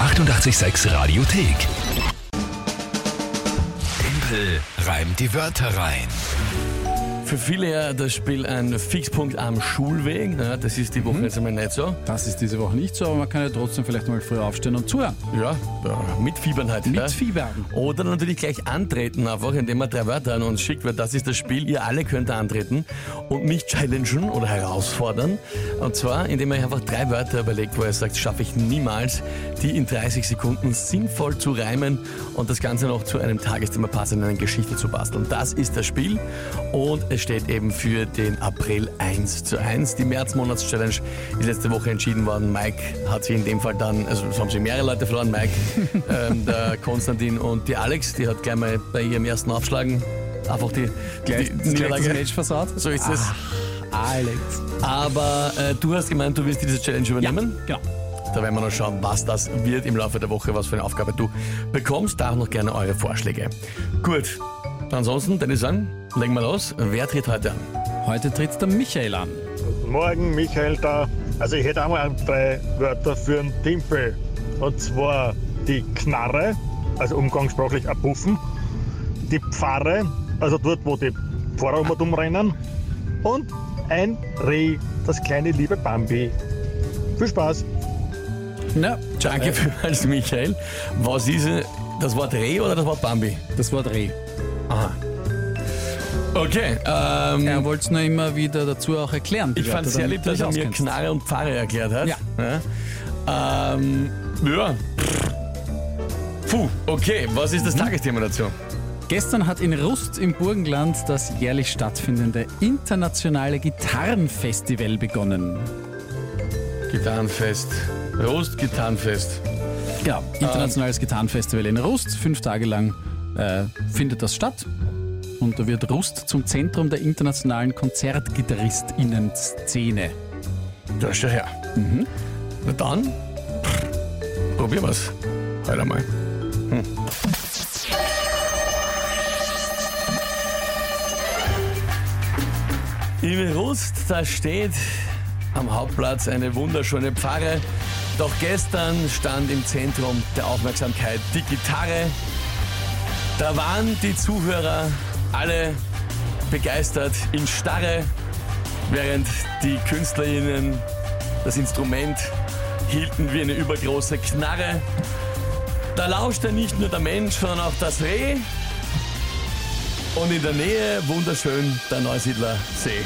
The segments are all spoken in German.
886 Radiothek. Tempel reimt die Wörter rein. Für viele ja das Spiel ein Fixpunkt am Schulweg. Ja, das ist die Woche jetzt einmal nicht so. Das ist diese Woche nicht so, aber man kann ja trotzdem vielleicht mal früher aufstehen und zuhören. Ja, mitfiebern halt. Mitfiebern. Oder natürlich gleich antreten, einfach indem man 3 Wörter an uns schickt, weil das ist das Spiel. Ihr alle könnt antreten und mich challengen oder herausfordern. Und zwar, indem ihr einfach 3 Wörter überlegt, wo ihr sagt, schaffe ich niemals, die in 30 Sekunden sinnvoll zu reimen und das Ganze noch zu einem Tagesthema passend, eine Geschichte zu basteln. Das ist das Spiel und es steht eben für den April 1:1. Die März-Monats-Challenge ist letzte Woche entschieden worden. Mike hat sich in dem Fall dann, also es haben sich mehrere Leute verloren, Mike, der Konstantin und die Alex, die hat gleich mal bei ihrem ersten Aufschlagen einfach die Niederlage. Das Match versaut. So ist es. Alex. Aber du hast gemeint, du wirst diese Challenge übernehmen? Ja, genau. Da werden wir noch schauen, was das wird im Laufe der Woche, was für eine Aufgabe du bekommst. Da auch noch gerne eure Vorschläge. Gut, ansonsten, dann ich sagen, legen wir los. Wer tritt heute an? Heute tritt der Michael an. Guten Morgen, Michael da. Also ich hätte einmal 3 Wörter für einen Timpel. Und zwar die Knarre, also umgangssprachlich ein Puffen. Die Pfarre, also dort, wo die Pfarrer umrennen. Und ein Reh, das kleine liebe Bambi. Viel Spaß. Na, Danke vielmals, Michael. Was ist das Wort Reh oder das Wort Bambi? das Wort Reh. Aha. Okay, Er wollte es nur immer wieder dazu auch erklären. ich fand es sehr lieb, dass er mir Knarre und Pfarre erklärt hat. Ja. Ja. Puh, okay, was ist das Tagesthema dazu? Gestern hat in Rust im Burgenland das jährlich stattfindende internationale Gitarrenfestival begonnen. Gitarrenfest. Rust, Gitarrenfest. Genau, internationales Gitarrenfestival in Rust. 5 Tage lang findet das statt. Und da wird Rust zum Zentrum der internationalen KonzertgitarristInnen-Szene. Da ist er her. Na dann, probieren wir's. Heute einmal. In Rust, da steht am Hauptplatz eine wunderschöne Pfarre. Doch gestern stand im Zentrum der Aufmerksamkeit die Gitarre. Da waren die Zuhörer alle begeistert in Starre, während die KünstlerInnen das Instrument hielten wie eine übergroße Knarre. Da lauschte nicht nur der Mensch, sondern auch das Reh. Und in der Nähe wunderschön der Neusiedler See.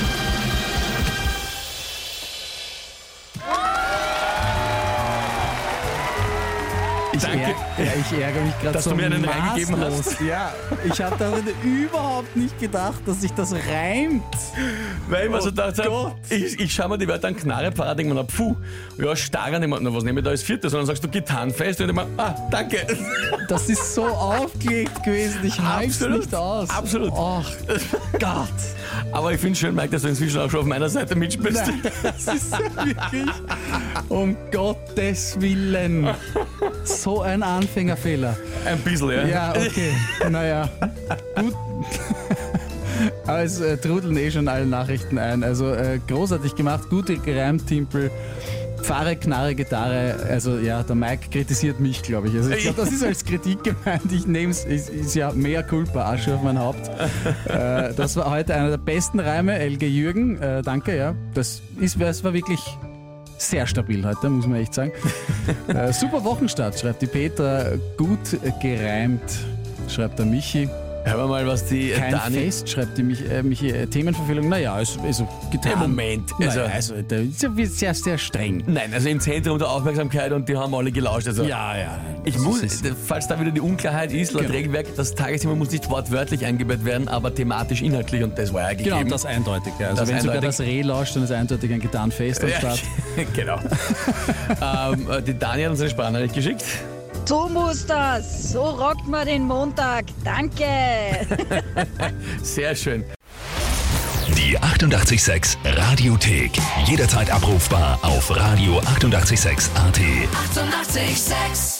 Danke. Ich ärgere mich gerade Dass so du mir einen reingegeben hast. maßlos. Ja, ich habe darüber überhaupt nicht gedacht, dass sich das reimt. Weil ich mir so gedacht habe, Gott. ich schaue mir die Wörter an, Knarre, Pfarrer, denke mir, puh, ja, starren, ich meine, was nehme ich da als Viertes? Und dann sagst du Gitarrenfest und ich meine, danke. Das ist so aufgelegt gewesen, ich halte es Absolut. nicht aus. Absolut. Ach Gott. Aber ich finde es schön, Mike, dass du inzwischen auch schon auf meiner Seite mitspielst. Nein, das ist ja wirklich, um Gottes Willen, so ein Anfängerfehler. Ein bisschen, ja. Ja, okay, naja, gut. Aber es trudeln eh schon alle Nachrichten ein. Also großartig gemacht, gute gereimt, Timpel. Pfarre, Knarre, Gitarre, also ja, der Mike kritisiert mich, glaube ich. Also ich glaube, das ist als Kritik gemeint. Ich nehme es, ist ja mea culpa, Asche auf mein Haupt. Das war heute einer der besten Reime, LG Jürgen, danke, ja. Das war wirklich sehr stabil heute, muss man echt sagen. Super Wochenstart, schreibt die Petra, gut gereimt, schreibt der Michi. Hören wir mal, was die Kein Dani... Fest, schreibt die Michi, Themenverfehlung. Naja, also Gitarren. Moment, Also der ist ja sehr, sehr streng. Nein, also im Zentrum der Aufmerksamkeit und die haben alle gelauscht. Also Ja. ich muss, falls da wieder die Unklarheit ist, laut Genau. Regelwerk, das Tagesthema muss nicht wortwörtlich eingebettet werden, aber thematisch, inhaltlich und das war ja gegeben. Genau, und das eindeutig. Ja. Also Das wenn sogar eindeutig. das Reh lauscht, dann ist eindeutig ein Gitarrenfest am Start. Genau. Die Dani hat uns eine Sprachnachricht geschickt. So muss das. So rockt man den Montag. Danke. Sehr schön. Die 886 Radiothek. Jederzeit abrufbar auf radio886.at. 886! 886